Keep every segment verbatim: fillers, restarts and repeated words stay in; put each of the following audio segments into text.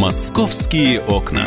«Московские окна».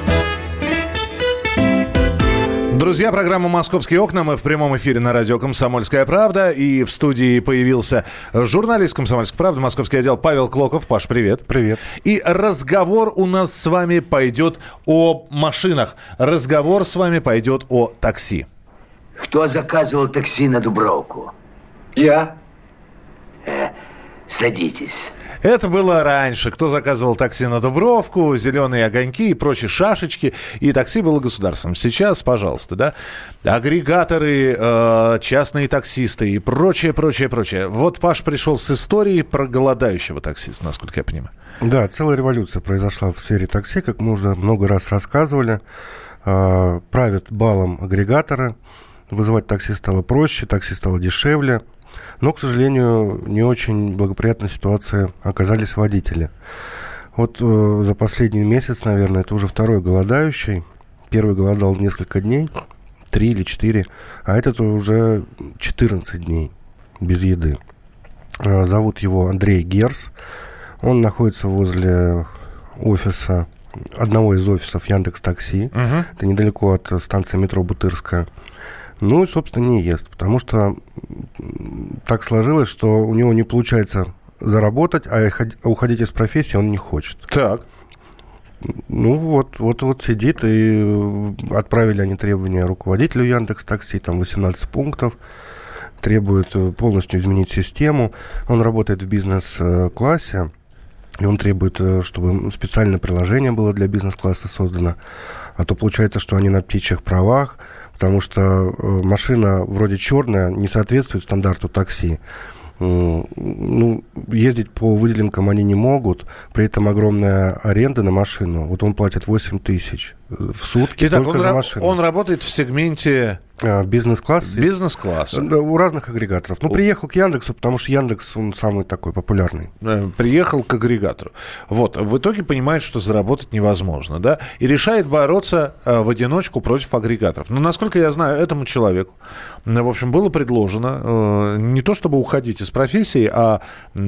Друзья, программа «Московские окна». Мы в прямом эфире на радио «Комсомольская правда». И в студии появился журналист «Комсомольской правды», московский отдел Павел Клоков. Паш, привет. Привет. И разговор у нас с вами пойдет о машинах. Разговор с вами пойдет о такси. Кто заказывал такси на Дубровку? Я. Э, садитесь. Это было раньше. Кто заказывал такси на Дубровку, зеленые огоньки и прочие шашечки. И такси было государством. Сейчас, пожалуйста, да, агрегаторы, э, частные таксисты и прочее, прочее, прочее. Вот Паш пришел с историей про голодающего таксиста, насколько я понимаю. Да, целая революция произошла в сфере такси, как мы уже много раз рассказывали. Э, правят балом агрегаторы. Вызывать такси стало проще, такси стало дешевле. Но, к сожалению, не очень благоприятной ситуации оказались водители. Вот э, за последний месяц, наверное, это уже второй голодающий. Первый голодал несколько дней, три или четыре, а этот уже четырнадцать дней без еды. Э, зовут его Андрей Герс. Он находится возле офиса, одного из офисов Яндекс.Такси. Uh-huh. Это недалеко от станции метро Бутырская. Ну и, собственно, не ест, потому что так сложилось, что у него не получается заработать, а уходить из профессии он не хочет. Так. Ну вот, вот, вот сидит, и отправили они требования руководителю Яндекс.Такси, там восемнадцать пунктов, требуют полностью изменить систему. Он работает в бизнес-классе, и он требует, чтобы специальное приложение было для бизнес-класса создано. А то получается, что они на птичьих правах, потому что машина вроде черная, не соответствует стандарту такси. Ну, ездить по выделенкам они не могут, при этом огромная аренда на машину. Вот он платит восемь тысяч в сутки. Итак, только он за ра- машину. Он работает в сегменте... Бизнес-класс. Бизнес-класс. У разных агрегаторов. Ну, приехал к Яндексу, потому что Яндекс, он самый такой популярный. Приехал к агрегатору. Вот. В итоге понимает, что заработать невозможно, да? И решает бороться в одиночку против агрегаторов. Но, насколько я знаю, этому человеку, в общем, было предложено не то, чтобы уходить из профессии, а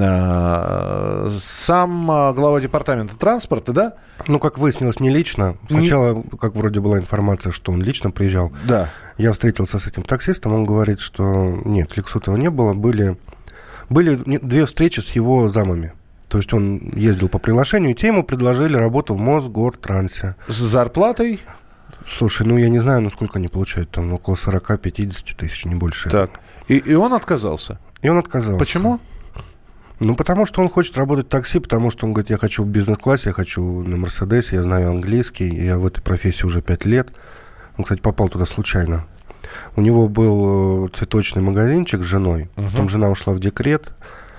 сам глава департамента транспорта, да? Ну, как выяснилось, не лично. Сначала, не... как вроде была информация, что он лично приезжал. Да. Я встретился с этим таксистом, он говорит, что нет, Лексутова не было, были, были две встречи с его замами. То есть он ездил по приглашению, и те ему предложили работу в Мосгортрансе. С зарплатой? Слушай, ну я не знаю, ну сколько они получают, там около сорок-пятьдесят тысяч, не больше. Так, и, и он отказался? И он отказался. Почему? Ну, потому что он хочет работать в такси, потому что он говорит, я хочу в бизнес-классе, я хочу на Мерседесе, я знаю английский, я в этой профессии уже пять лет. Он, кстати, попал туда случайно. У него был цветочный магазинчик с женой. Uh-huh. Потом жена ушла в декрет.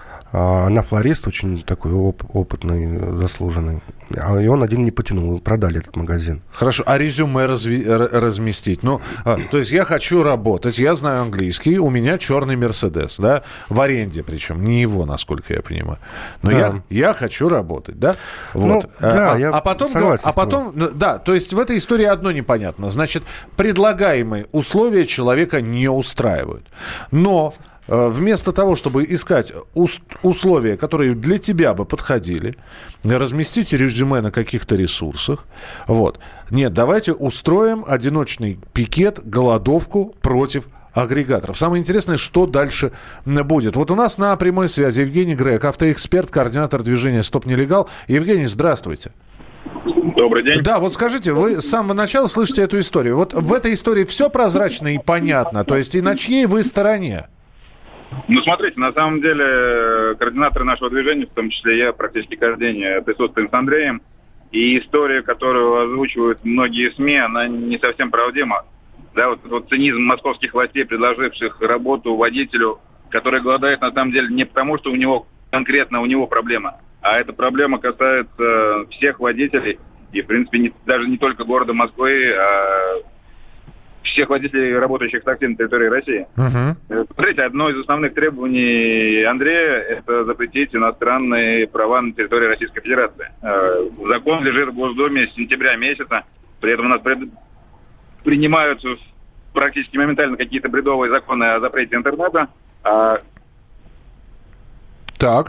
Она флорист, очень такой оп- опытный, заслуженный. И он один не потянул. Продали этот магазин. Хорошо. А резюме разви- разместить? Ну, а, то есть я хочу работать, я знаю английский, у меня черный Мерседес, да? В аренде причем. Не его, насколько я понимаю. Но да. я, я хочу работать, да? Вот. Ну, да, а, я а потом, согласен. А потом, да, то есть в этой истории одно непонятно. Значит, предлагаемые условия человека не устраивают. Но... Вместо того, чтобы искать условия, которые для тебя бы подходили, разместить резюме на каких-то ресурсах. Вот. Нет, давайте устроим одиночный пикет, голодовку против агрегаторов. Самое интересное, что дальше будет. Вот у нас на прямой связи Евгений Грек, автоэксперт, координатор движения «Стоп Нелегал». Евгений, здравствуйте. Добрый день. Да, вот скажите, вы с самого начала слышите эту историю. Вот в этой истории все прозрачно и понятно. То есть и на чьей вы стороне? Ну, смотрите, на самом деле, координаторы нашего движения, в том числе я, практически каждый день присутствуем с Андреем. И история, которую озвучивают многие СМИ, она не совсем правдима. Да, вот, вот цинизм московских властей, предложивших работу водителю, который голодает, на самом деле, не потому, что у него конкретно у него проблема, а эта проблема касается всех водителей. И, в принципе, не, даже не только города Москвы, а всех водителей, работающих в такси на территории России. Uh-huh. Смотрите, одно из основных требований Андрея – это запретить иностранные права на территории Российской Федерации. Закон лежит в Госдуме с сентября месяца, при этом у нас пред... принимаются практически моментально какие-то бредовые законы о запрете интернета. А... Так.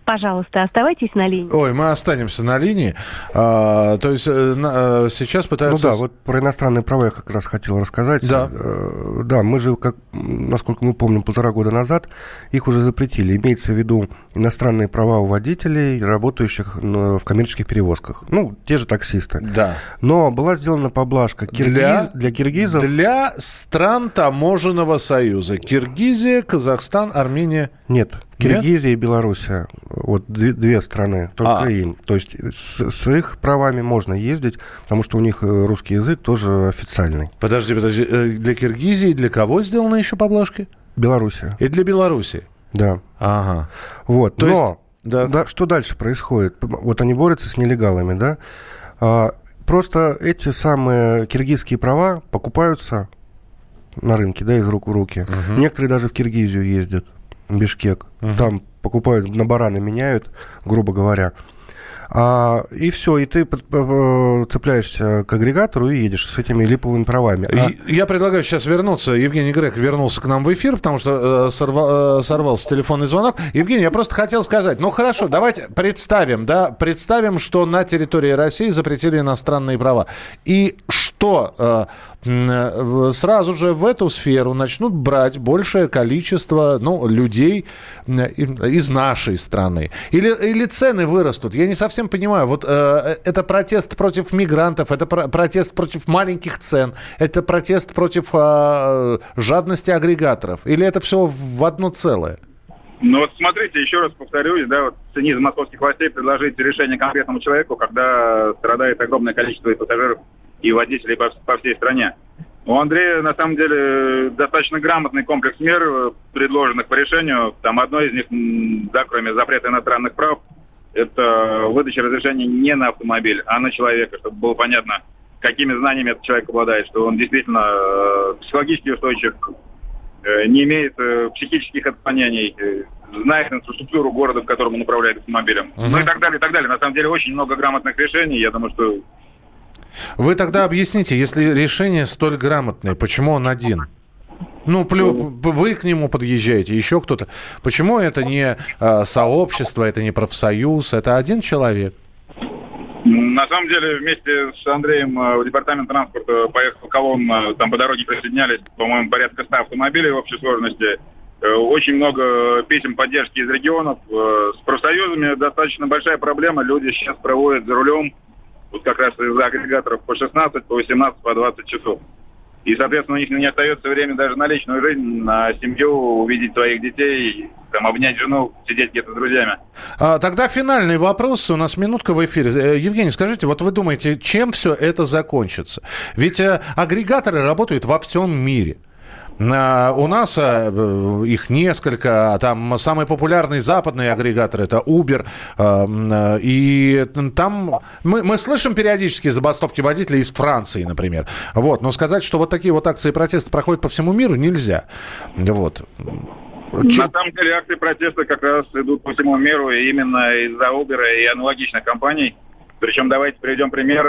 Пожалуйста, оставайтесь на линии. Ой, мы останемся на линии. А, то есть а, сейчас пытаются... Ну да, вот про иностранные права я как раз хотел рассказать. Да. А, да, мы же, как, насколько мы помним, полтора года назад их уже запретили. Имеется в виду иностранные права у водителей, работающих в коммерческих перевозках. Ну, те же таксисты. Да. Но была сделана поблажка Киргиз... для... для киргизов. Для стран таможенного союза. Киргизия, Казахстан, Армения. Нет. Киргизия и Белоруссия, вот две, две страны, только а. им. То есть с, с их правами можно ездить, потому что у них русский язык тоже официальный. Подожди, подожди, для Киргизии для кого сделаны еще поблажки? Белоруссия. И для Белоруссии? Да. Ага. Вот, То но есть, да. Да, что дальше происходит? Вот они борются с нелегалами, да? А, просто эти самые киргизские права покупаются на рынке, да, из рук в руки. Угу. Некоторые даже в Киргизию ездят. Бишкек. Uh-huh. Там покупают, на бараны меняют, грубо говоря. А, и все, и ты цепляешься к агрегатору и едешь с этими липовыми правами. А... Я предлагаю сейчас вернуться. Евгений Грек вернулся к нам в эфир, потому что э, сорва, э, сорвался телефонный звонок. Евгений, я просто хотел сказать, ну хорошо, давайте представим, да, представим, что на территории России запретили иностранные права. И что э, э, сразу же в эту сферу начнут брать большее количество, ну, людей э, из нашей страны. Или, или цены вырастут. Я не совсем понимаю, вот э, это протест против мигрантов, это про- протест против маленьких цен, это протест против э, жадности агрегаторов, или это все в одно целое? Ну вот смотрите, еще раз повторюсь, да, вот цинизм московских властей предложить решение конкретному человеку, когда страдает огромное количество и пассажиров, и водителей по, по всей стране. У Андрея, на самом деле, достаточно грамотный комплекс мер, предложенных по решению. Там одно из них, да, кроме запрета иностранных прав, это выдача разрешения не на автомобиль, а на человека, чтобы было понятно, какими знаниями этот человек обладает, что он действительно э, психологически устойчив, э, не имеет э, психических отклонений, э, знает инфраструктуру города, в котором он управляет автомобилем. Uh-huh. Ну и так далее, и так далее. На самом деле очень много грамотных решений. Я думаю, что... Вы тогда объясните, если решение столь грамотное, почему он один? Ну, плю, вы к нему подъезжаете, еще кто-то. Почему это не э, сообщество, это не профсоюз, это один человек? На самом деле, вместе с Андреем в департамент транспорта поехал колонна, там по дороге присоединялись, по-моему, порядка ста автомобилей в общей сложности. Очень много писем поддержки из регионов. С профсоюзами достаточно большая проблема. Люди сейчас проводят за рулем, вот как раз из-за агрегаторов, по шестнадцать, по восемнадцать, по двадцать часов. И, соответственно, у них не остается времени даже на личную жизнь, на семью, увидеть своих детей, там, обнять жену, сидеть где-то с друзьями. А, тогда финальный вопрос. У нас минутка в эфире. Евгений, скажите, вот вы думаете, чем все это закончится? Ведь э, агрегаторы работают во всем мире. Uh, у нас uh, их несколько, там самый популярный западный агрегатор это Uber, uh, uh, и там мы, мы слышим периодически забастовки водителей из Франции, например. Вот. Но сказать, что вот такие вот акции протеста проходят по всему миру, нельзя. Вот. На самом деле акции протеста как раз идут по всему миру именно из-за Uber и аналогичных компаний. Причем давайте приведем пример.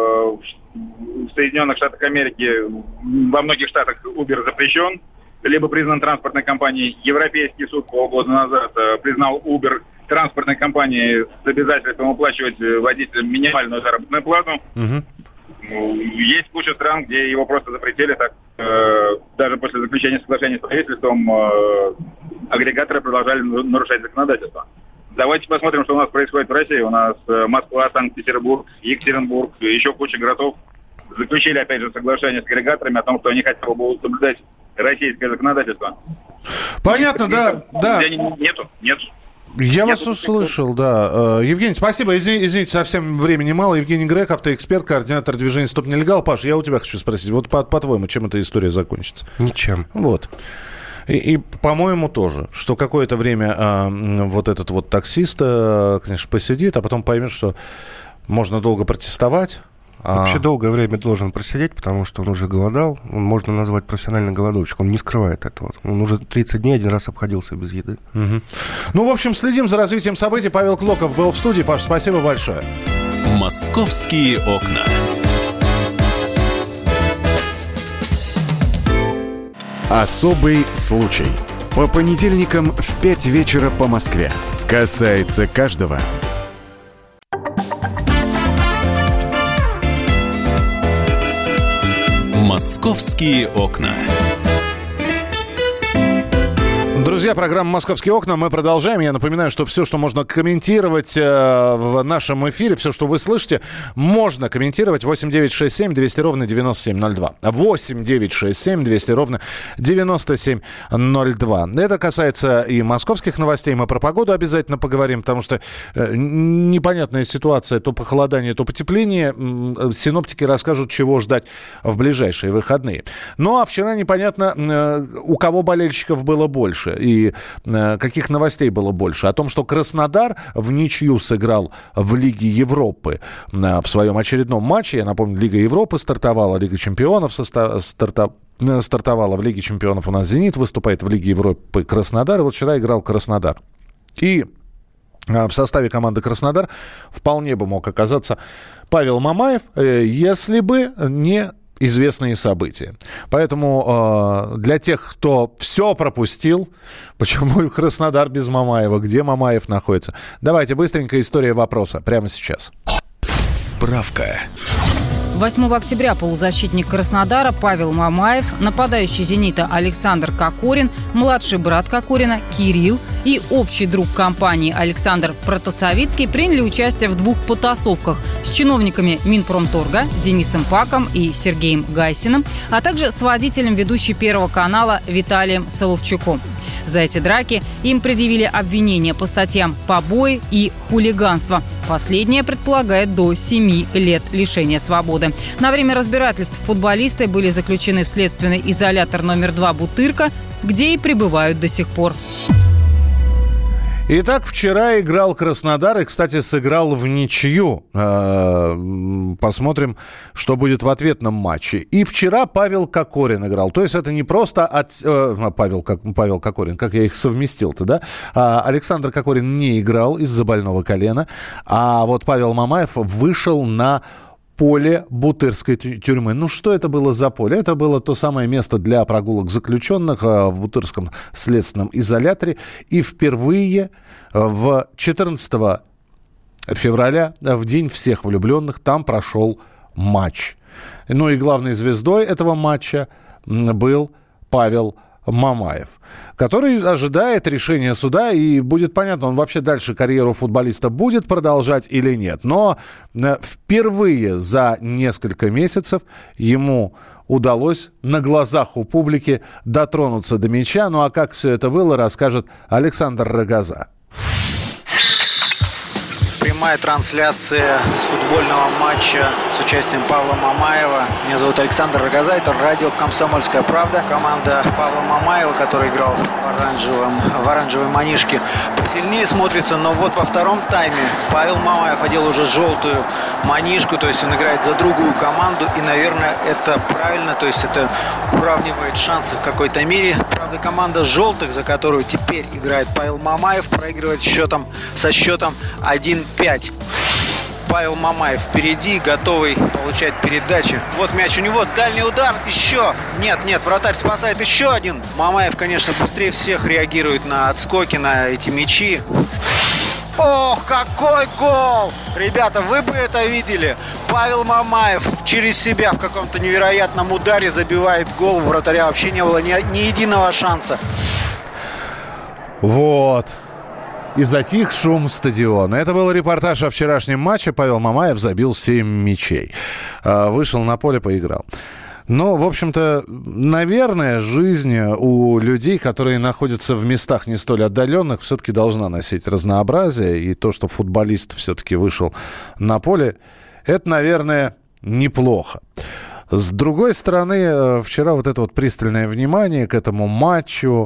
В Соединенных Штатах Америки во многих штатах Uber запрещен, либо признан транспортной компанией. Европейский суд полгода назад признал Uber транспортной компанией с обязательством уплачивать водителям минимальную заработную плату. Угу. Есть куча стран, где его просто запретили, так даже после заключения соглашения с правительством агрегаторы продолжали нарушать законодательство. Давайте посмотрим, что у нас происходит в России. У нас Москва, Санкт-Петербург, Екатеринбург, еще куча городов заключили, опять же, соглашение с агрегаторами о том, что они хотя бы будут соблюдать российское законодательство. Понятно, да, да. Нету, нет. Я вас услышал, да. Евгений, спасибо. Извините, извините, совсем времени мало. Евгений Грек, автоэксперт, координатор движения «Стоп нелегал». Паш, я у тебя хочу спросить. Вот по- по-твоему, чем эта история закончится? Ничем. Вот. И, и, по-моему, тоже, что какое-то время а, вот этот вот таксист, а, конечно, посидит, а потом поймет, что можно долго протестовать. Вообще а... долгое время должен просидеть, потому что он уже голодал. Он можно назвать профессиональный голодовщик. Он не скрывает этого. Он уже тридцать дней один раз обходился без еды. Угу. Ну, в общем, следим за развитием событий. Павел Клоков был в студии. Паш, спасибо большое. «Московские окна». Особый случай. По понедельникам в пять вечера по Москве. Касается каждого. Московские окна. Друзья, программа «Московские окна». Мы продолжаем. Я напоминаю, что все, что можно комментировать э, в нашем эфире, все, что вы слышите, можно комментировать. восемь девятьсот шестьдесят семь двести ровно девяносто семь ноль два. восемь девятьсот шестьдесят семь двести ровно девяносто семь ноль два. Это касается и московских новостей. Мы про погоду обязательно поговорим, потому что э, непонятная ситуация. То похолодание, то потепление. Синоптики расскажут, чего ждать в ближайшие выходные. Ну, а вчера непонятно, э, у кого болельщиков было больше. И э, каких новостей было больше? О том, что Краснодар в ничью сыграл в Лиге Европы э, в своем очередном матче. Я напомню, Лига Европы стартовала, Лига Чемпионов состав, старта, э, стартовала. В Лиге Чемпионов у нас «Зенит» выступает, в Лиге Европы Краснодар. И вот вчера играл Краснодар. И э, в составе команды Краснодар вполне бы мог оказаться Павел Мамаев, э, если бы не известные события. Поэтому э, для тех, кто все пропустил, почему Краснодар без Мамаева, где Мамаев находится, давайте быстренько история вопроса прямо сейчас. Справка. восьмого октября полузащитник Краснодара Павел Мамаев, нападающий «Зенита» Александр Кокорин, младший брат Кокорина Кирилл и общий друг компании Александр Протасовицкий приняли участие в двух потасовках с чиновниками Минпромторга Денисом Паком и Сергеем Гайсиным, а также с водителем ведущей Первого канала Виталием Соловчуком. За эти драки им предъявили обвинения по статьям «Побои» и «Хулиганство». Последнее предполагает до семи лет лишения свободы. На время разбирательств футболисты были заключены в следственный изолятор номер два «Бутырка», где и пребывают до сих пор. Итак, вчера играл Краснодар и, кстати, сыграл в ничью. Посмотрим, что будет в ответном матче. И вчера Павел Кокорин играл. То есть это не просто от... Павел, Павел Кокорин, как я их совместил-то, да? Александр Кокорин не играл из-за больного колена. А вот Павел Мамаев вышел на поле Бутырской тюрьмы. Ну, что это было за поле? Это было то самое место для прогулок заключенных в Бутырском следственном изоляторе. И впервые в четырнадцатого февраля, в День всех влюбленных, там прошел матч. Ну и главной звездой этого матча был Павел Мамаев, который ожидает решения суда, и будет понятно, он вообще дальше карьеру футболиста будет продолжать или нет. Но впервые за несколько месяцев ему удалось на глазах у публики дотронуться до мяча. Ну а как все это было, расскажет Александр Рогоза. Прямая трансляция с футбольного матча с участием Павла Мамаева. Меня зовут Александр Рогоза, это радио «Комсомольская правда». Команда Павла Мамаева, который играл в, оранжевом, в оранжевой манишке, посильнее смотрится. Но вот во втором тайме Павел Мамаев одел уже желтую манишку, то есть он играет за другую команду. И, наверное, это правильно, то есть это уравнивает шансы в какой-то мере. Правда, команда желтых, за которую теперь играет Павел Мамаев, проигрывает счетом, со счетом один пять. Павел Мамаев впереди, готовый получать передачи. Вот мяч у него, дальний удар, еще. Нет, нет, вратарь спасает, еще один. Мамаев, конечно, быстрее всех реагирует на отскоки, на эти мячи. Ох, какой гол! Ребята, вы бы это видели. Павел Мамаев через себя в каком-то невероятном ударе забивает гол. У вратаря вообще не было ни, ни единого шанса. Вот. И затих шум стадиона. Это был репортаж о вчерашнем матче. Павел Мамаев забил семь мячей. Вышел на поле, поиграл. Но, в общем-то, наверное, жизнь у людей, которые находятся в местах не столь отдаленных, все-таки должна носить разнообразие. И то, что футболист все-таки вышел на поле, это, наверное, неплохо. С другой стороны, вчера вот это вот пристальное внимание к этому матчу,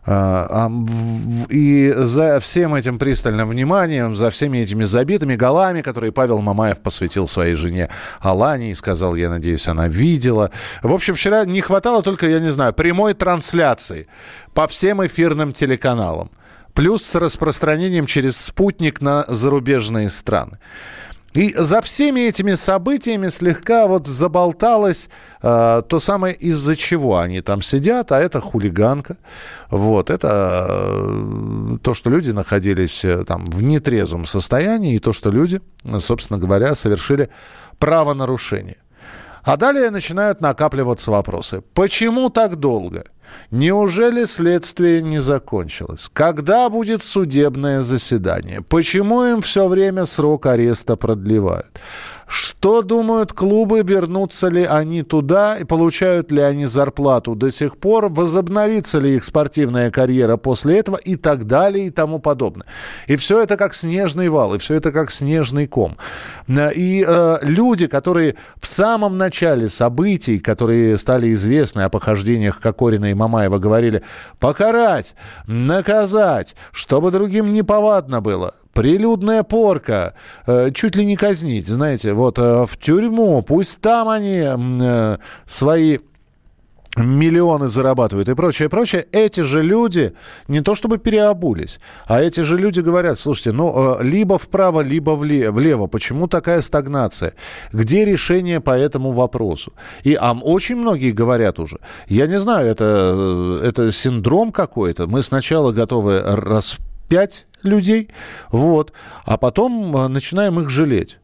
и за всем этим пристальным вниманием, за всеми этими забитыми голами, которые Павел Мамаев посвятил своей жене Алане, и сказал, я надеюсь, она видела. В общем, вчера не хватало только, я не знаю, прямой трансляции по всем эфирным телеканалам, плюс с распространением через спутник на зарубежные страны. И за всеми этими событиями слегка вот заболталось э, то самое, из-за чего они там сидят, а это хулиганка. Вот, это э, то, что люди находились э, там в нетрезвом состоянии, и то, что люди, собственно говоря, совершили правонарушение. А далее начинают накапливаться вопросы. Почему так долго? Неужели следствие не закончилось? Когда будет судебное заседание? Почему им все время срок ареста продлевают? Что думают клубы, вернутся ли они туда и получают ли они зарплату до сих пор, возобновится ли их спортивная карьера после этого и так далее и тому подобное. И все это как снежный вал, и все это как снежный ком. И э, люди, которые в самом начале событий, которые стали известны о похождениях Кокорина и Мамаева, говорили: покарать, наказать, чтобы другим неповадно было. Прилюдная порка, э, чуть ли не казнить, знаете, вот э, в тюрьму, пусть там они э, свои миллионы зарабатывают и прочее, прочее. Эти же люди не то чтобы переобулись, а эти же люди говорят: слушайте, ну, э, либо вправо, либо влево, влево. Почему такая стагнация? Где решение по этому вопросу? И а, очень многие говорят уже, я не знаю, это, это синдром какой-то. Мы сначала готовы распять людей, вот, а потом начинаем их жалеть.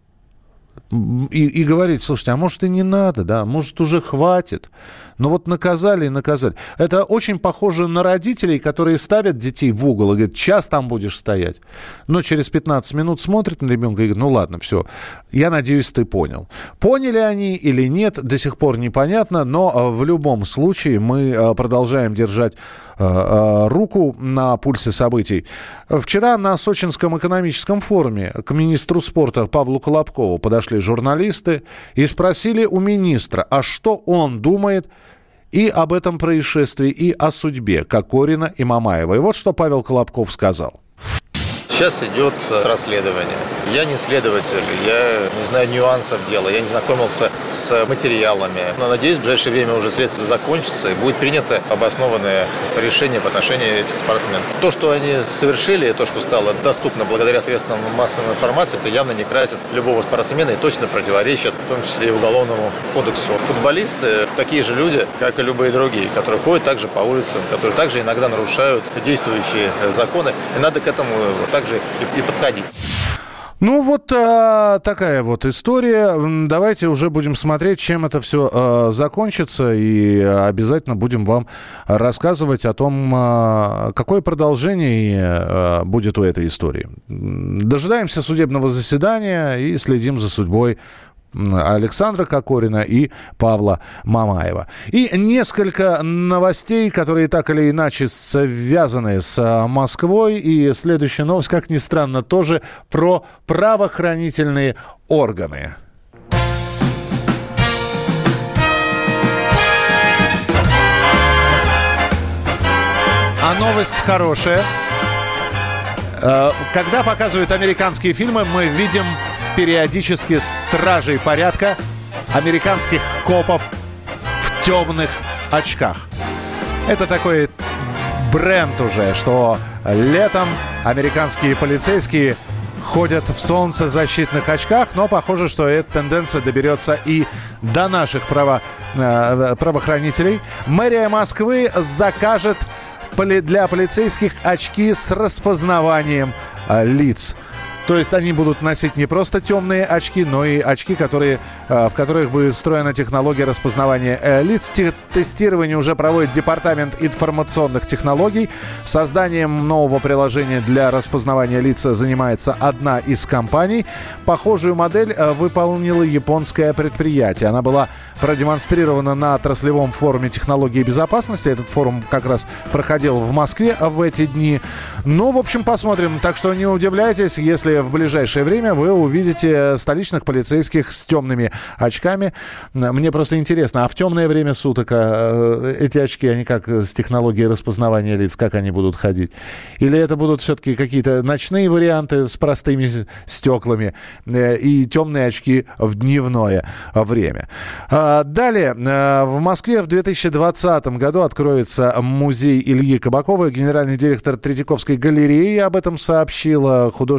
И, и говорить: слушайте, а может и не надо, да, может уже хватит. Но вот наказали и наказали. Это очень похоже на родителей, которые ставят детей в угол и говорят: час там будешь стоять. Но через пятнадцать минут смотрят на ребенка и говорят: ну ладно, все, я надеюсь, ты понял. Поняли они или нет, до сих пор непонятно, но в любом случае мы продолжаем держать руку на пульсе событий. Вчера на Сочинском экономическом форуме к министру спорта Павлу Колобкову подошли журналисты и спросили у министра, а что он думает и об этом происшествии, и о судьбе Кокорина и Мамаева. И вот что Павел Колобков сказал. Сейчас идет расследование. Я не следователь, я не знаю нюансов дела, я не знакомился с материалами. Но надеюсь, в ближайшее время уже следствие закончится и будет принято обоснованное решение в отношении этих спортсменов. То, что они совершили, то, что стало доступно благодаря средствам массовой информации, это явно не красит любого спортсмена и точно противоречит, в том числе и Уголовному кодексу. Футболисты такие же люди, как и любые другие, которые ходят также по улицам, которые также иногда нарушают действующие законы. И надо к этому так же и подходить. Ну, вот а, такая вот история. Давайте уже будем смотреть, чем это все а, закончится, и обязательно будем вам рассказывать о том, а, какое продолжение а, будет у этой истории. Дожидаемся судебного заседания и следим за судьбой Александра Кокорина и Павла Мамаева. И несколько новостей, которые так или иначе связаны с Москвой. И следующая новость, как ни странно, тоже про правоохранительные органы. А новость хорошая. Когда показывают американские фильмы, мы видим периодически стражей порядка, американских копов в темных очках. Это такой бренд уже, что летом американские полицейские ходят в солнцезащитных очках, но похоже, что эта тенденция доберется и до наших право, э, правоохранителей. Мэрия Москвы закажет для полицейских очки с распознаванием э, лиц. То есть они будут носить не просто темные очки, но и очки, которые, в которых будет встроена технология распознавания лиц. Тестирование уже проводит Департамент информационных технологий. Созданием нового приложения для распознавания лиц занимается одна из компаний. Похожую модель выполнило японское предприятие. Она была продемонстрирована на отраслевом форуме технологии безопасности. Этот форум как раз проходил в Москве в эти дни. Ну, в общем, посмотрим. Так что не удивляйтесь, если в ближайшее время вы увидите столичных полицейских с темными очками. Мне просто интересно, а в темное время суток эти очки, они как с технологией распознавания лиц, как они будут ходить? Или это будут все-таки какие-то ночные варианты с простыми стеклами и темные очки в дневное время? Далее, в Москве в две тысячи двадцатом году откроется музей Ильи Кабакова. Генеральный директор Третьяковской галереи об этом сообщил. Художник Илья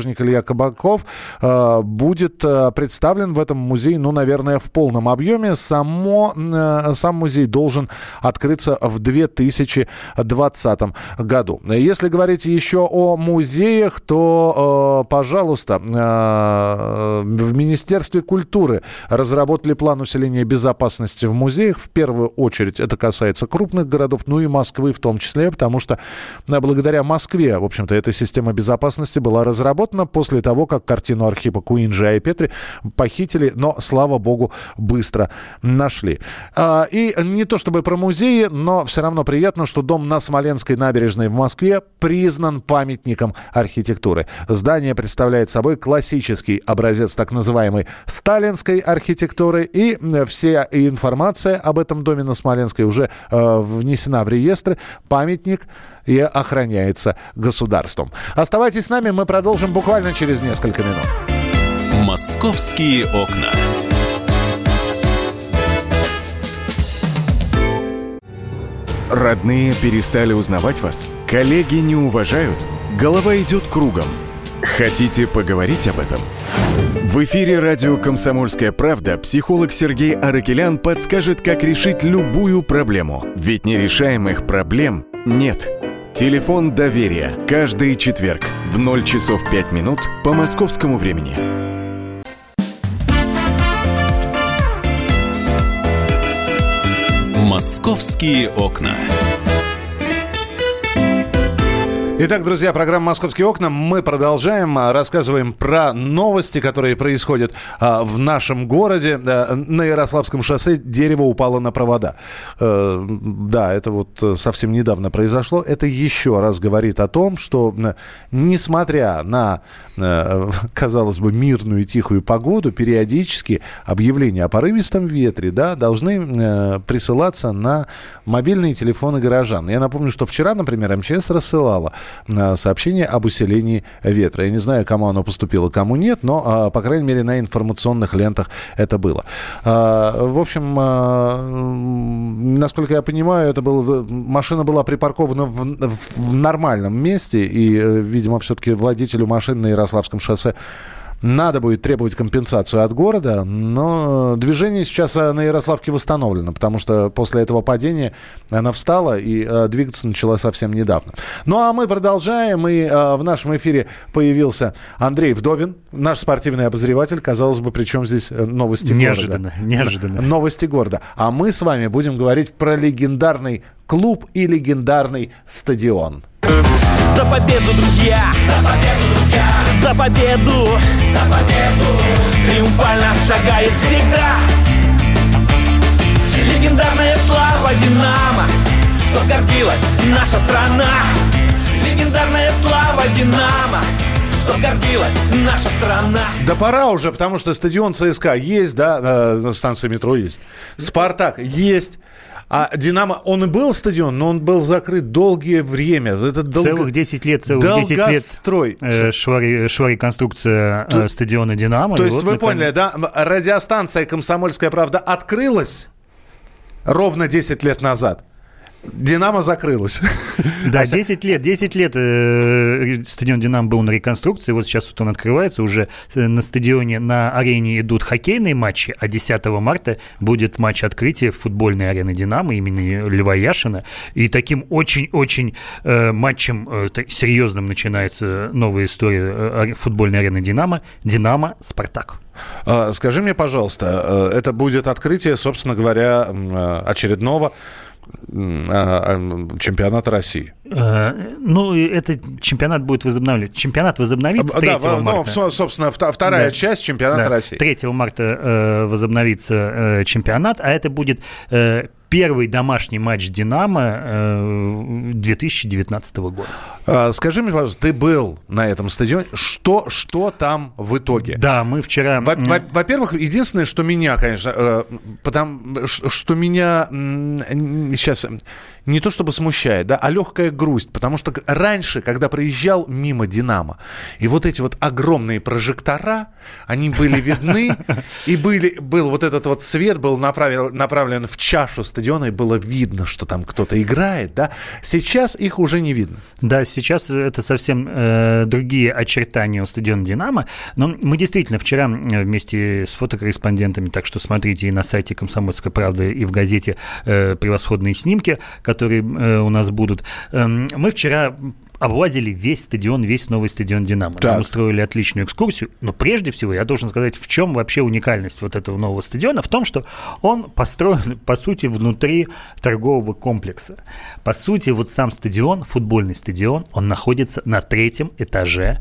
кабаков э, будет э, представлен в этом музее, ну, наверное, в полном объеме. Само, э, сам музей должен открыться в две тысячи двадцатом году. Если говорить еще о музеях, то, э, пожалуйста, э, в Министерстве культуры разработали план усиления безопасности в музеях. В первую очередь это касается крупных городов, ну и Москвы в том числе, потому что э, благодаря Москве, в общем-то, эта система безопасности была разработана после того, как картину Архипа Куинджи и Петри похитили, но, слава богу, быстро нашли. Э, и не то чтобы про музеи, но все равно приятно, что дом на Смоленской набережной в Москве признан памятником архитектуры. Здание представляет собой классический образец так называемой сталинской архитектуры, и вся информация об этом доме на Смоленской уже э, внесена в реестры. Памятник и охраняется государством. Оставайтесь с нами, мы продолжим буквально через несколько минут. «Московские окна». Родные перестали узнавать вас? Коллеги не уважают? Голова идет кругом. Хотите поговорить об этом? В эфире радио «Комсомольская правда» психолог Сергей Аракелян подскажет, как решить любую проблему. Ведь нерешаемых проблем нет. Телефон доверия. Каждый четверг в ноль часов пять минут по московскому времени. «Московские окна». Итак, друзья, программа «Московские окна». Мы продолжаем, рассказываем про новости, которые происходят а, в нашем городе. А, на Ярославском шоссе дерево упало на провода. А, да, это вот совсем недавно произошло. Это еще раз говорит о том, что, несмотря на, а, казалось бы, мирную и тихую погоду, периодически объявления о порывистом ветре, да, должны а, присылаться на мобильные телефоны горожан. Я напомню, что вчера, например, эм че эс рассылала сообщение об усилении ветра. Я не знаю, кому оно поступило, кому нет, но, по крайней мере, на информационных лентах это было. В общем, насколько я понимаю, это было, машина была припаркована в, в нормальном месте, и, видимо, все-таки владелю машины на Ярославском шоссе надо будет требовать компенсацию от города, но движение сейчас на Ярославке восстановлено, потому что после этого падения она встала и э, двигаться начала совсем недавно. Ну а мы продолжаем, и э, в нашем эфире появился Андрей Вдовин, наш спортивный обозреватель. Казалось бы, при чем здесь новости неожиданно, города? Неожиданно, Новости города. А мы с вами будем говорить про легендарный клуб и легендарный стадион. За победу, друзья! За победу, друзья! За победу! За победу! Триумфально шагает всегда легендарная слава «Динамо», что гордилась наша страна. Легендарная слава «Динамо», что гордилась наша страна. Да пора уже, потому что стадион ЦСКА есть, да, станция метро есть, «Спартак» есть. А «Динамо», он и был стадион, но он был закрыт долгое время. Это долго... Целых десять лет, целых десять лет э, шла, шла реконструкция э, стадиона «Динамо». То есть вот, вы наконец... поняли, да? Радиостанция «Комсомольская правда» открылась ровно десять лет назад. «Динамо» закрылась. Да, десять лет, десять лет э, стадион «Динамо» был на реконструкции, вот сейчас вот он открывается, уже на стадионе, на арене идут хоккейные матчи, а десятого марта будет матч открытия футбольной арены «Динамо» имени Льва Яшина, и таким очень-очень э, матчем э, серьезным начинается новая история э, футбольной арены «Динамо», «Динамо» «Спартак». Скажи мне, пожалуйста, это будет открытие, собственно говоря, очередного чемпионата России. Ну, это чемпионат будет возобновлять. Чемпионат возобновится третьего да, марта. Ну, собственно, вторая да. часть чемпионата да. России. третьего марта э, возобновится э, чемпионат, а это будет э, первый домашний матч «Динамо» э, две тысячи девятнадцатого года. А, скажи мне, пожалуйста, ты был на этом стадионе. Что, что там в итоге? Да, мы вчера... Во- во- во-первых, единственное, что меня, конечно, э, потому, что меня э, сейчас не то чтобы смущает, да, а легкая грусть. Потому что раньше, когда проезжал мимо «Динамо», и вот эти вот огромные прожектора, они были видны, и были, был вот этот вот свет был направлен, направлен в чашу стадиона, и было видно, что там кто-то играет, да. Сейчас их уже не видно. Да, сейчас это совсем э, другие очертания у стадиона «Динамо». Но мы действительно вчера вместе с фотокорреспондентами, так что смотрите и на сайте «Комсомольской правды», и в газете э, превосходные снимки, которые э, у нас будут. Э, мы вчера облазили весь стадион, весь новый стадион «Динамо». Так. Нам устроили отличную экскурсию. Но прежде всего я должен сказать, в чем вообще уникальность вот этого нового стадиона? В том, что он построен, по сути, внутри торгового комплекса. По сути, вот сам стадион, футбольный стадион, он находится на третьем этаже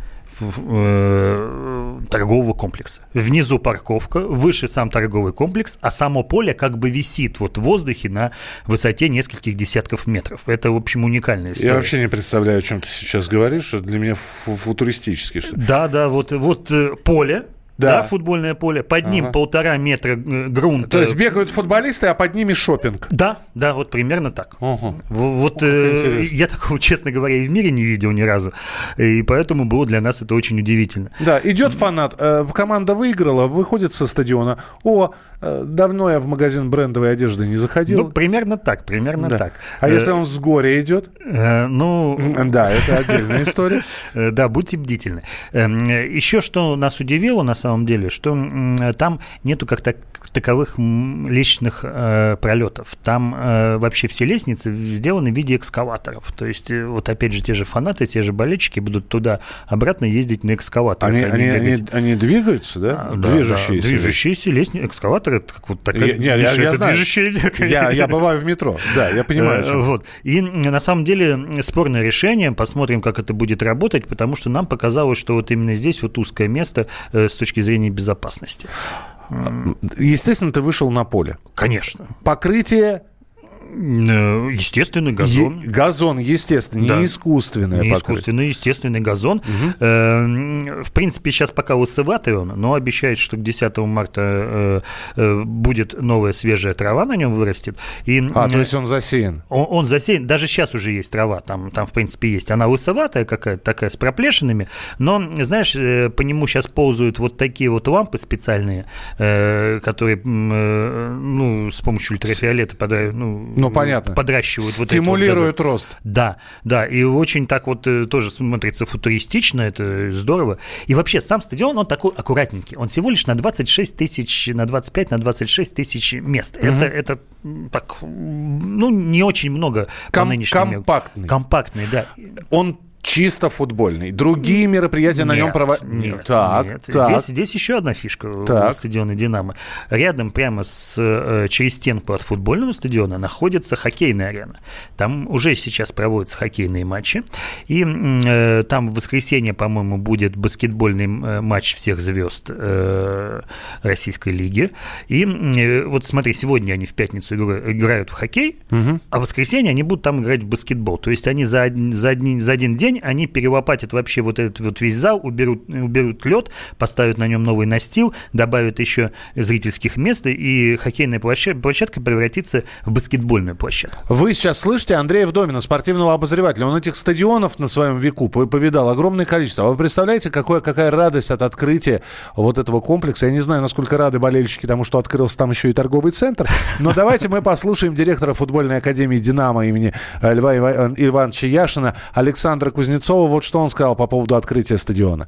торгового комплекса. Внизу парковка, выше сам торговый комплекс, а само поле как бы висит вот в воздухе на высоте нескольких десятков метров. Это, в общем, уникальная история. Я вообще не представляю, о чем ты сейчас говоришь, что для меня футуристически. Что... Да, да, вот, вот поле, да. Да, футбольное поле, под ним ага. полтора метра грунта. То есть бегают футболисты, а под ними шопинг. Да, да, вот примерно так. Ага. Вот э, я такого, честно говоря, и в мире не видел ни разу, и поэтому было для нас это очень удивительно. Да, идет фанат, э, команда выиграла, выходит со стадиона. О, э, давно я в магазин брендовой одежды не заходил. Ну, примерно так, примерно да. так. А если он с горя идет? Э, ну... Да, это отдельная история. Да, будьте бдительны. Еще что нас удивило, на самом деле, что там нету как так, таковых лестничных э, пролетов. Там э, вообще все лестницы сделаны в виде экскаваторов. То есть, вот опять же, те же фанаты, те же болельщики будут туда-обратно ездить на экскаваторах. Они, они, они, они двигаются, да? А, да движущиеся. Да, движущиеся лестницы. Экскаватор – это как вот такая... Я, я, я, я знаю. Я, я бываю в метро. Да, я понимаю. Что... Вот. И на самом деле спорное решение. Посмотрим, как это будет работать, потому что нам показалось, что вот именно здесь вот узкое место э, с точки зрения безопасности. Естественно, ты вышел на поле. Конечно. Покрытие... Естественный газон. Е- газон, естественно, да. не искусственное. Не искусственный, естественный газон. Угу. В принципе, сейчас пока лысоватый он, но обещает, что к десятого марта будет новая свежая трава на нем вырастет. И, а, то есть он засеян? Он, он засеян. Даже сейчас уже есть трава, там, там в принципе, есть. Она лысоватая какая-то, такая, с проплешинами, но, знаешь, по нему сейчас ползают вот такие вот лампы специальные, которые, ну, с помощью ультрафиолета подают, ну, Ну, понятно. Подращивают. Стимулируют вот рост. Да, да. И очень так вот тоже смотрится футуристично, это здорово. И вообще сам стадион, он такой аккуратненький. Он всего лишь на двадцать шесть тысяч, на двадцать пять, на двадцать шесть тысяч мест. Угу. Это, это так, ну, не очень много Ком- по нынешнему. Компактный. Компактный, да. Он чисто футбольный. Другие мероприятия нет, на нем проводят. Нет, так, нет. Так. Здесь, здесь еще одна фишка так. у стадиона «Динамо». Рядом, прямо с, через стенку от футбольного стадиона, находится хоккейная арена. Там уже сейчас проводятся хоккейные матчи. И э, там в воскресенье, по-моему, будет баскетбольный матч всех звезд э, Российской лиги. И э, вот смотри, сегодня они в пятницу играют в хоккей, угу. а в воскресенье они будут там играть в баскетбол. То есть они за, за, один, за один день они перелопатят вообще вот этот вот весь зал, уберут, уберут лед, поставят на нем новый настил, добавят еще зрительских мест, и хоккейная площадка, площадка превратится в баскетбольную площадку. Вы сейчас слышите Андрея Вдовина, спортивного обозревателя. Он этих стадионов на своем веку повидал огромное количество. А вы представляете, какое, какая радость от открытия вот этого комплекса? Я не знаю, насколько рады болельщики тому, что открылся там еще и торговый центр, но давайте мы послушаем директора футбольной академии «Динамо» имени Льва Ивановича Яшина Александра Кузнецова. Кузнецова, вот что он сказал по поводу открытия стадиона.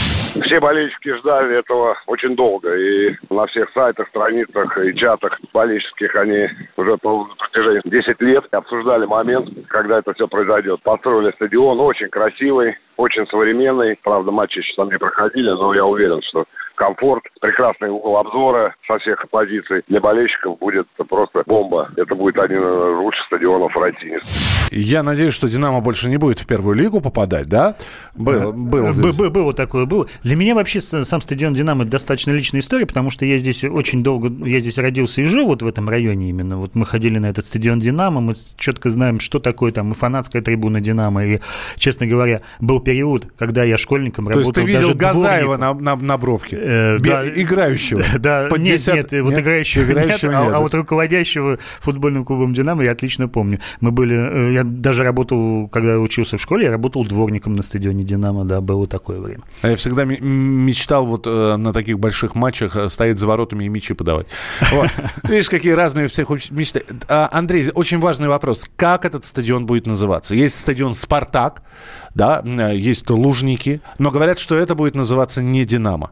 Все болельщики ждали этого очень долго, и на всех сайтах, страницах и чатах болельщических они уже по протяжении десяти лет обсуждали момент, когда это все произойдет. Построили стадион, очень красивый, очень современный. Правда, матчи еще там не проходили, но я уверен, что комфорт, прекрасный угол обзора со всех позиций для болельщиков будет просто бомба. Это будет один из лучших стадионов в России. Я надеюсь, что «Динамо» больше не будет в первую лигу попадать, да? Было, было, было, было такое, было. Для меня вообще сам стадион «Динамо» достаточно личная история, потому что я здесь очень долго, я здесь родился и жил вот в этом районе именно. Вот мы ходили на этот стадион «Динамо», мы четко знаем, что такое там и фанатская трибуна «Динамо», и, честно говоря, был период, когда я школьником То работал. То есть ты видел Газаева на, на, на бровке? Э, Бе- да, играющего? Да, нет, десять... нет, вот нет? играющего, играющего нет, нет. А, а вот руководящего футбольным клубом «Динамо» я отлично помню. Мы были, я даже работал, когда учился в школе, я работал дворником на стадионе «Динамо», да, было такое время. Я всегда мечтал вот на таких больших матчах стоять за воротами и мячи подавать. Вот. Видишь, какие разные у всех мечты. Андрей, очень важный вопрос. Как этот стадион будет называться? Есть стадион «Спартак», да, есть Лужники, но говорят, что это будет называться не «Динамо».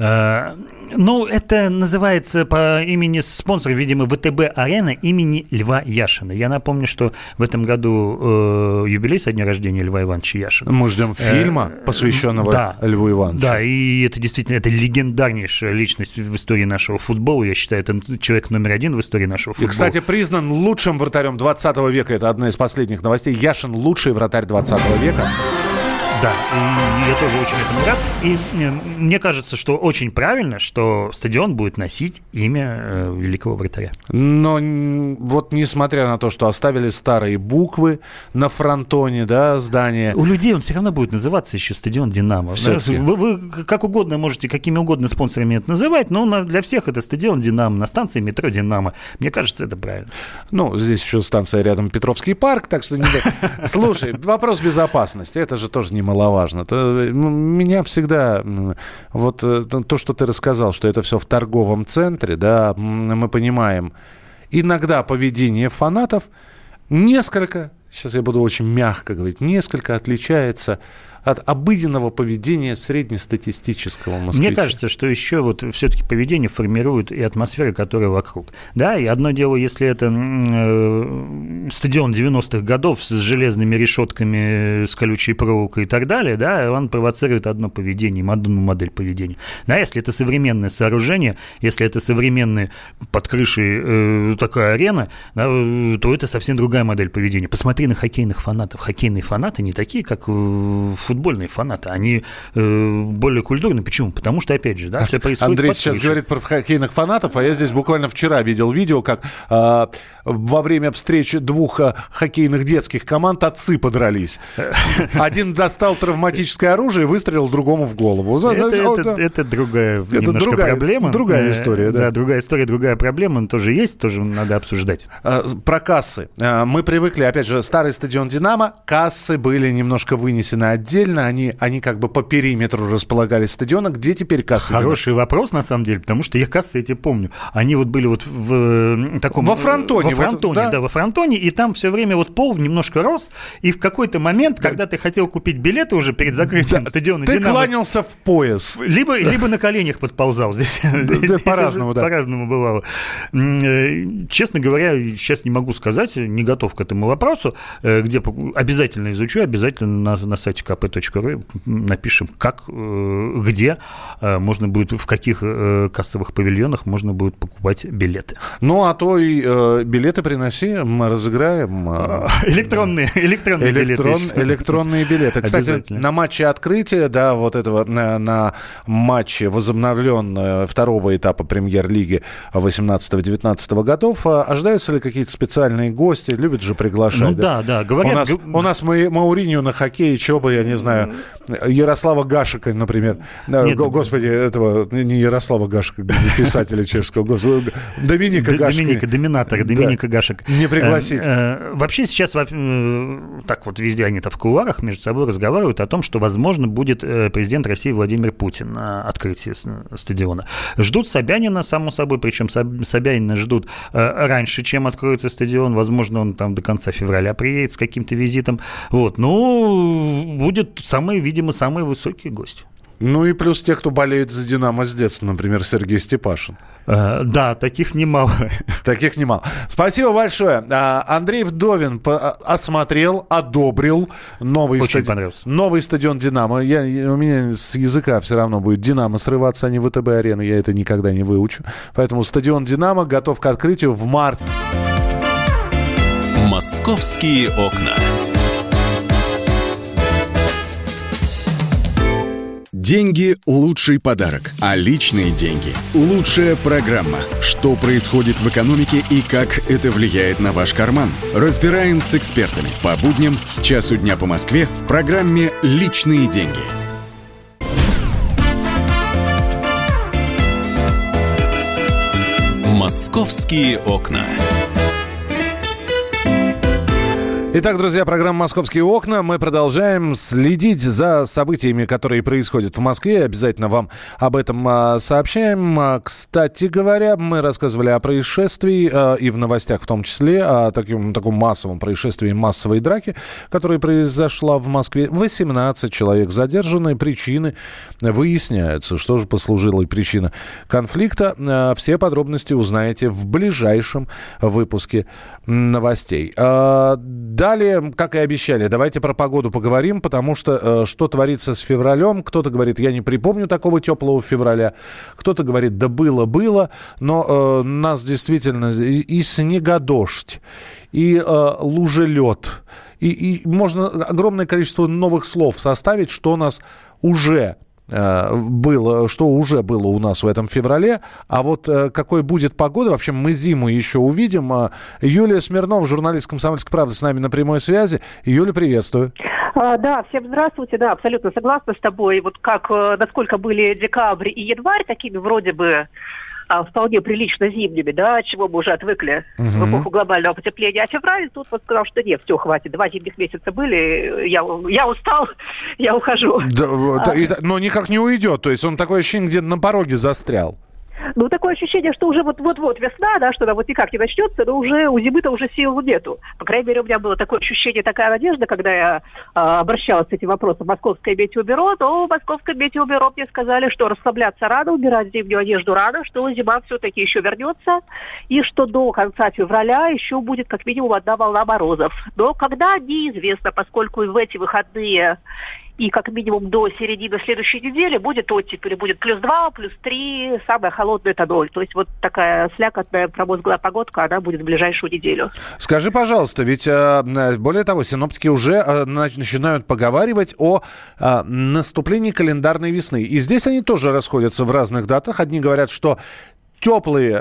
Ну, это называется по имени спонсора, видимо, ВТБ-арена имени Льва Яшина. Я напомню, что в этом году э, юбилей со дня рождения Льва Ивановича Яшина. Мы ждем фильма, посвященного да, Льву Ивановичу. Да, и это действительно это легендарнейшая личность в истории нашего футбола. Я считаю, это человек номер один в истории нашего футбола. И, кстати, признан лучшим вратарем двадцатого века. Это одна из последних новостей. Яшин – лучший вратарь двадцатого века. Да, и я тоже очень этому рад. И мне кажется, что очень правильно, что стадион будет носить имя э, великого вратаря. Но вот несмотря на то, что оставили старые буквы на фронтоне, да, здания... У людей он все равно будет называться еще стадион «Динамо». Вы, вы как угодно можете, какими угодно спонсорами это называть, но для всех это стадион «Динамо», на станции метро «Динамо». Мне кажется, это правильно. Ну, здесь еще станция рядом Петровский парк, так что... Слушай, вопрос безопасности, это же тоже немаловажно. Маловажно. То, меня всегда вот то, что ты рассказал, что это все в торговом центре, да, мы понимаем, иногда поведение фанатов несколько, сейчас я буду очень мягко говорить, несколько отличается от обыденного поведения среднестатистического москвича. Мне кажется, что еще вот все-таки поведение формирует и атмосфера, которая вокруг. Да, и одно дело, если это э, стадион девяностых годов с железными решетками, с колючей проволокой и так далее, да, он провоцирует одно поведение, одну модель поведения. Да, если это современное сооружение, если это современная под крышей э, такая арена, да, то это совсем другая модель поведения. Посмотри на хоккейных фанатов. Хоккейные фанаты не такие, как в футбольные фанаты, они э, более культурные. Почему? Потому что, опять же, да, все происходит. Андрей сейчас говорит про хоккейных фанатов, а я здесь буквально вчера видел видео, как э, во время встречи двух э, хоккейных детских команд отцы подрались. Один достал травматическое оружие и выстрелил другому в голову. Это, это, это другая это немножко другая, проблема. Другая история, да. Да, другая история, другая проблема тоже есть, тоже надо обсуждать. Про кассы. Мы привыкли, опять же, старый стадион «Динамо», кассы были немножко вынесены отдельно. Они, они как бы по периметру располагались стадиона. Где теперь кассы? Хороший «Динамо»? Вопрос, на самом деле, потому что я кассы эти помню. Они вот были вот в таком... Во фронтоне. Во фронтоне, вот, да? да, во фронтоне. И там все время вот пол немножко рос. И в какой-то момент, да. когда ты хотел купить билеты уже перед закрытием да. стадиона ты «Динамо», кланялся в пояс. Либо, либо на коленях подползал. Здесь, да, здесь по-разному, да. По-разному бывало. Честно говоря, сейчас не могу сказать, не готов к этому вопросу. Где обязательно изучу, обязательно на, на сайте ка пэ точка ру напишем, как, где можно будет, в каких кассовых павильонах можно будет покупать билеты. Ну, а то и э, билеты приноси, мы разыграем. Э, электронные, электронные электрон, билеты. Электронные билеты. Кстати, на матче открытия, да, вот этого, на, на матче возобновлен второго этапа премьер-лиги восемнадцатого-девятнадцатого годов, ожидаются ли какие-то специальные гости? Любят же приглашать. Ну да, да, да говорят. У нас, г... у нас мы, Мауриньо на хоккее, чего бы, я не знаю, Ярослава Гашика, например. Нет, Господи, этого, не Ярослава Гашика, писателя чешского, господи, Доминика Гашика. Доминика, доминатор, Доминика да. Гашек. Не пригласить. Вообще сейчас, так вот везде они-то в кулуарах между собой разговаривают о том, что, возможно, будет президент России Владимир Путин на открытии стадиона. Ждут Собянина, само собой, причем Собянина ждут раньше, чем откроется стадион. Возможно, он там до конца февраля приедет с каким-то визитом. Вот. Ну, будет самые, видимо, самые высокие гости. Ну и плюс те, кто болеет за «Динамо» с детства, например, Сергей Степашин. Uh, да, таких немало. Таких немало. Спасибо большое. Андрей Вдовин осмотрел, одобрил новый, стади... новый стадион «Динамо». Я, у меня с языка все равно будет «Динамо» срываться, а не ВТБ-арена. Я это никогда не выучу. Поэтому стадион «Динамо» готов к открытию в марте. «Московские окна». Деньги – лучший подарок, а личные деньги – лучшая программа. Что происходит в экономике и как это влияет на ваш карман? Разбираем с экспертами по будням с часу дня по Москве в программе «Личные деньги». «Московские окна». Итак, друзья, программа «Московские окна». Мы продолжаем следить за событиями, которые происходят в Москве. Обязательно вам об этом а, сообщаем. А, кстати говоря, мы рассказывали о происшествии а, и в новостях в том числе, о таком, таком массовом происшествии, массовой драке, которая произошла в Москве. восемнадцать человек задержаны. Причины выясняются. Что же послужило причиной конфликта? А, все подробности узнаете в ближайшем выпуске новостей. А, Далее, как и обещали, давайте про погоду поговорим, потому что э, что творится с февралем. Кто-то говорит, я не припомню такого теплого февраля. Кто-то говорит, да было-было. Но э, нас действительно и, и снегодождь, и э, лужелед, и, и можно огромное количество новых слов составить, что у нас уже было, что уже было у нас в этом феврале. А вот какой будет погода, вообще мы зиму еще увидим. Юлия Смирнова, журналист «Комсомольской правды», с нами на прямой связи. Юля, приветствую. А, да, всем здравствуйте. Да, абсолютно согласна с тобой. Вот как, насколько были декабрь и январь такими вроде бы вполне прилично зимними, да, от чего мы уже отвыкли uh-huh. в эпоху глобального потепления. А февраль тут вот сказал, что нет, все, хватит, два зимних месяца были, я, я устал, я ухожу. Да, а. и, но никак не уйдет, то есть он такое ощущение, где-то на пороге застрял. Ну, такое ощущение, что уже вот-вот-вот весна, да, что она вот никак не начнется, но уже у зимы-то уже сил нету. По крайней мере, у меня было такое ощущение, такая надежда, когда я э, обращалась с этим вопросом в Московское метеобюро, то в Московском метеобюро мне сказали, что расслабляться рано, убирать зимнюю одежду рано, что зима все-таки еще вернется, и что до конца февраля еще будет как минимум одна волна морозов. Но когда, неизвестно, поскольку в эти выходные и как минимум до середины следующей недели будет оттепель, будет плюс два, плюс три, самое холодное это ноль. То есть вот такая слякотная промозглая погодка, она будет в ближайшую неделю. Скажи, пожалуйста, ведь более того, синоптики уже начинают поговаривать о наступлении календарной весны. И здесь они тоже расходятся в разных датах. Одни говорят, что Теплые,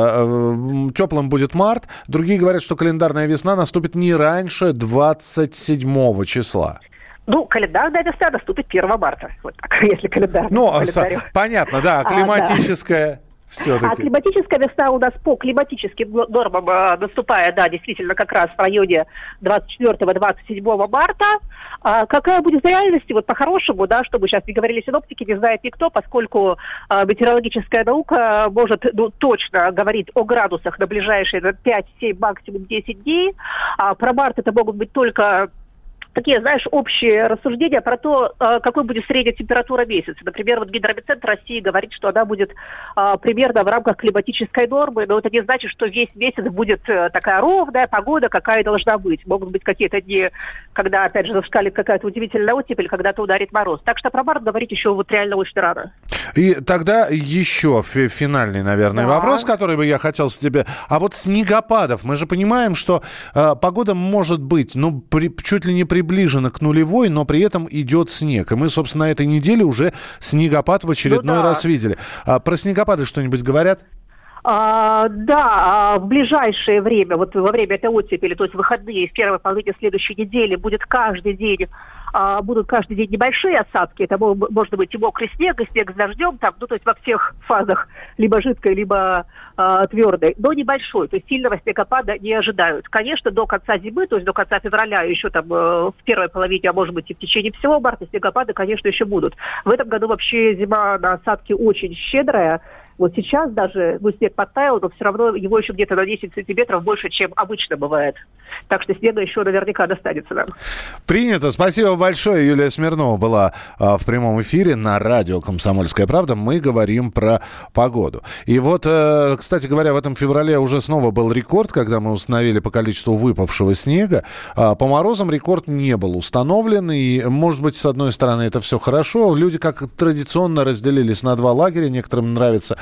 э, теплым будет март, другие говорят, что календарная весна наступит не раньше двадцать седьмого числа. Ну, календарная весна наступит первого марта. Вот так, если календарная. Ну, понятно, да, климатическая. А, да. Все-таки. А климатическая весна у нас по климатическим нормам э, наступает, да, действительно, как раз в районе двадцать четвёртого - двадцать седьмого марта. А какая будет в реальности, вот по-хорошему, да, чтобы сейчас не говорили синоптики, не знает никто, поскольку э, метеорологическая наука может ну, точно говорить о градусах на ближайшие пять-семь, максимум десять дней. А про март это могут быть только такие, знаешь, общие рассуждения про то, какой будет средняя температура месяца. Например, вот Гидрометцентр России говорит, что она будет а, примерно в рамках климатической нормы, но это не значит, что весь месяц будет такая ровная погода, какая должна быть. Могут быть какие-то дни, когда, опять же, зашкалит какая-то удивительная оттепель, когда-то ударит мороз. Так что про март говорить еще вот реально очень рано. И тогда еще финальный, наверное, да. вопрос, который бы я хотел с тебя. А вот снегопадов. Мы же понимаем, что э, погода может быть, ну, при, чуть ли не при приближена к нулевой, но при этом идет снег. И мы, собственно, на этой неделе уже снегопад в очередной ну, да. раз видели. А про снегопады что-нибудь говорят? А, да, в ближайшее время, вот во время этой оттепели, то есть выходные, в первой половине следующей недели будет каждый день, а, будут каждый день небольшие осадки. Это может быть и мокрый снег, и снег с дождем, там, ну, то есть во всех фазах, либо жидкой, либо а, твердой, но небольшой, то есть сильного снегопада не ожидают. Конечно, до конца зимы, то есть до конца февраля, еще там в первой половине, а может быть и в течение всего марта, снегопады, конечно, еще будут. В этом году вообще зима на осадки очень щедрая. Вот сейчас даже, ну, снег подтаял, но все равно его еще где-то на десять сантиметров больше, чем обычно бывает. Так что снега еще наверняка достанется нам. Принято. Спасибо большое. Юлия Смирнова была а, в прямом эфире на радио «Комсомольская правда». Мы говорим про погоду. И вот, э, кстати говоря, в этом феврале уже снова был рекорд, когда мы установили по количеству выпавшего снега. А, по морозам рекорд не был установлен. И, может быть, с одной стороны, это все хорошо. Люди как традиционно разделились на два лагеря. Некоторым нравится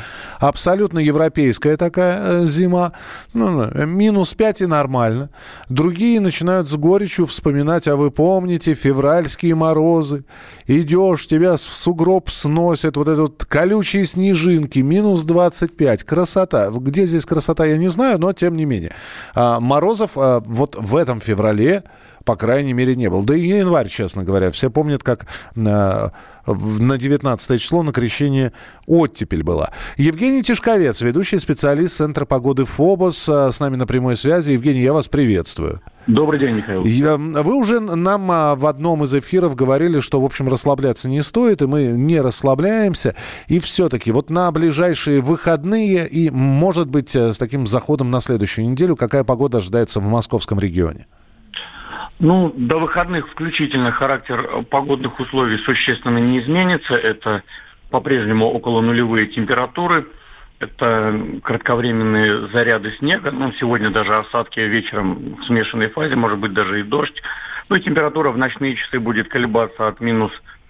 Абсолютно европейская такая зима. Ну, минус пять и нормально. Другие начинают с горечью вспоминать, а вы помните, февральские морозы. Идешь, тебя в сугроб сносят, вот это вот колючие снежинки, минус двадцать пять. Красота. Где здесь красота, я не знаю, но тем не менее. А, морозов а, вот в этом феврале, по крайней мере, не было. Да и январь, честно говоря. Все помнят, как на, на девятнадцатое число на Крещение оттепель была. Евгений Тишковец, ведущий специалист Центра погоды ФОБОС, с нами на прямой связи. Евгений, я вас приветствую. Добрый день, Михаил. Вы уже нам в одном из эфиров говорили, что, в общем, расслабляться не стоит, и мы не расслабляемся. И все-таки вот на ближайшие выходные и, может быть, с таким заходом на следующую неделю, какая погода ожидается в московском регионе? Ну, до выходных включительно характер погодных условий существенно не изменится. Это по-прежнему около нулевые температуры. Это кратковременные заряды снега. Ну, сегодня даже осадки вечером в смешанной фазе, может быть, даже и дождь. Ну, и температура в ночные часы будет колебаться от минус,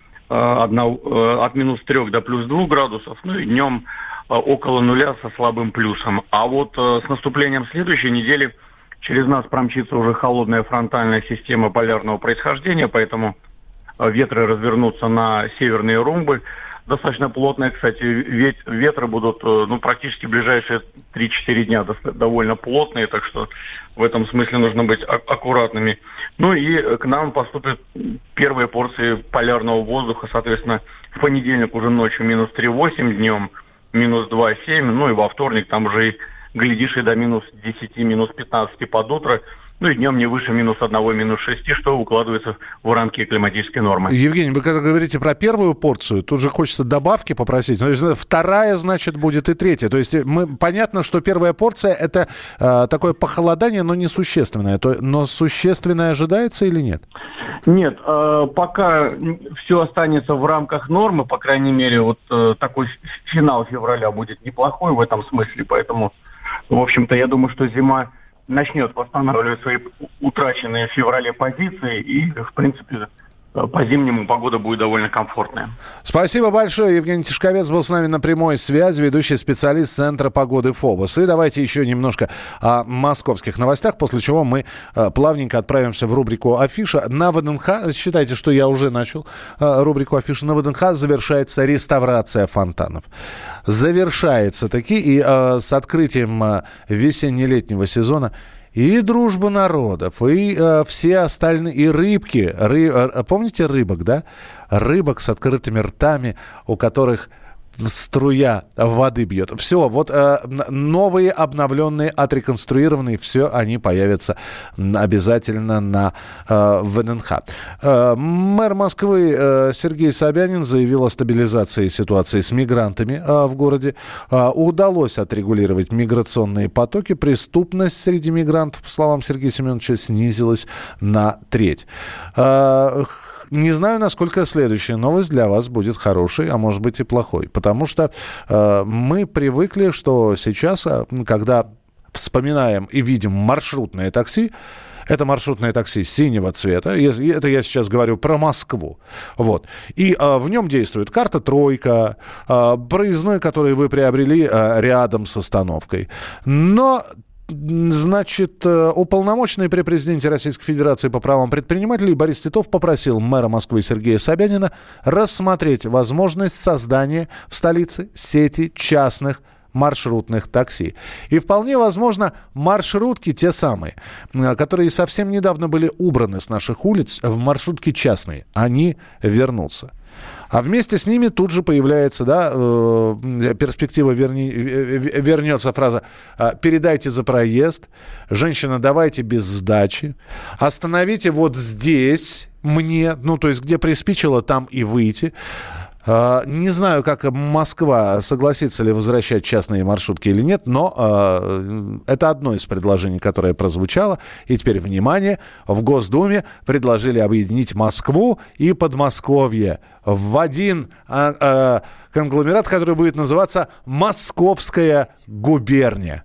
одного, от минус трех до плюс двух градусов. Ну, и днем около нуля со слабым плюсом. А вот с наступлением следующей недели через нас промчится уже холодная фронтальная система полярного происхождения, поэтому ветры развернутся на северные румбы. Достаточно плотные, кстати, ветры будут, ну, практически ближайшие три-четыре дня довольно плотные, так что в этом смысле нужно быть аккуратными. Ну и к нам поступят первые порции полярного воздуха, соответственно, в понедельник уже ночью минус три целых восемь десятых, днем минус два целых семь десятых, ну и во вторник там уже и глядишь, и до минус десяти, минус пятнадцати под утро. Ну и днем не выше минус одного, минус шести, что укладывается в рамки климатической нормы. Евгений, вы когда говорите про первую порцию, тут же хочется добавки попросить. То есть вторая, значит, будет и третья. То есть мы, понятно, что первая порция – это э, такое похолодание, но несущественное. То, но существенное ожидается или нет? Нет, э, пока все останется в рамках нормы, по крайней мере, вот э, такой финал февраля будет неплохой в этом смысле, поэтому... В общем-то, я думаю, что зима начнет восстанавливать свои утраченные в феврале позиции, и, в принципе, по-зимнему погода будет довольно комфортная. Спасибо большое. Евгений Тишковец был с нами на прямой связи, ведущий специалист Центра погоды ФОБОС. И давайте еще немножко о московских новостях, после чего мы плавненько отправимся в рубрику «Афиша». На ВДНХ, считайте, что я уже начал рубрику «Афиша», на ВДНХ завершается реставрация фонтанов. Завершается таки, и э, с открытием э, весенне-летнего сезона и дружба народов, и э, все остальные, и рыбки. Ры, э, помните рыбок, да? Рыбок с открытыми ртами, у которых струя воды бьет. Все, вот э, новые, обновленные, отреконструированные, все они появятся обязательно на э, ВДНХ. Э, мэр Москвы э, Сергей Собянин заявил о стабилизации ситуации с мигрантами э, в городе. Э, удалось отрегулировать миграционные потоки. Преступность среди мигрантов, по словам Сергея Семеновича, снизилась на треть. Э, Не знаю, насколько следующая новость для вас будет хорошей, а может быть и плохой. Потому что э, мы привыкли, что сейчас, когда вспоминаем и видим маршрутное такси, это маршрутное такси синего цвета. Это я сейчас говорю про Москву. Вот. И э, в нем действует карта «Тройка», э, проездной, который вы приобрели э, рядом с остановкой. Но... Значит, уполномоченный при президенте Российской Федерации по правам предпринимателей Борис Титов попросил мэра Москвы Сергея Собянина рассмотреть возможность создания в столице сети частных маршрутных такси. И вполне возможно, маршрутки те самые, которые совсем недавно были убраны с наших улиц, в маршрутки частные, они вернутся. А вместе с ними тут же появляется, да, э, перспектива верни, вернется фраза «передайте за проезд», «женщина, давайте без сдачи», «остановите вот здесь мне», ну, то есть где приспичило, там и выйти. Uh, не знаю, как Москва согласится ли возвращать частные маршрутки или нет, но uh, это одно из предложений, которое прозвучало. И теперь, внимание, в Госдуме предложили объединить Москву и Подмосковье в один uh, uh, конгломерат, который будет называться «Московская губерния».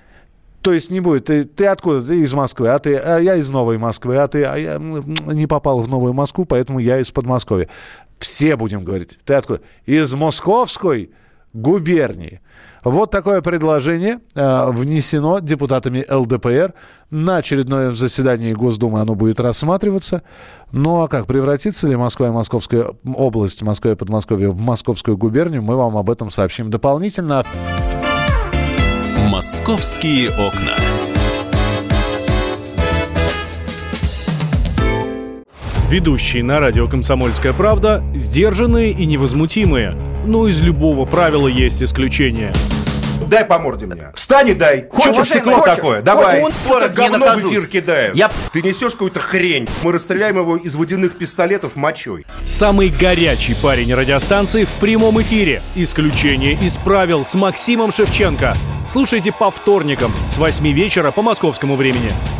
То есть не будет. Ты, ты откуда? Ты из Москвы, а ты, а я из Новой Москвы, а ты, а я не попал в Новую Москву, поэтому я из Подмосковья. Все будем говорить. Ты откуда? Из Московской губернии. Вот такое предложение э, внесено депутатами эл дэ пэ эр. На очередное заседание Госдумы оно будет рассматриваться. Ну а как, превратится ли Москва и Московская область, Москва и Подмосковье в Московскую губернию, мы вам об этом сообщим дополнительно. «Московские окна». Ведущие на радио «Комсомольская правда» сдержанные и невозмутимые. Но из любого правила есть исключение. Дай по морде мне. Встань и дай. Хочешь, Что стекло хочешь? такое? Давай. Хочешь? Что ты говно в эфир кидаешь? Я... Ты несешь какую-то хрень. Мы расстреляем его из водяных пистолетов мочой. Самый горячий парень радиостанции в прямом эфире. Исключение из правил с Максимом Шевченко. Слушайте по вторникам с восьми вечера по московскому времени.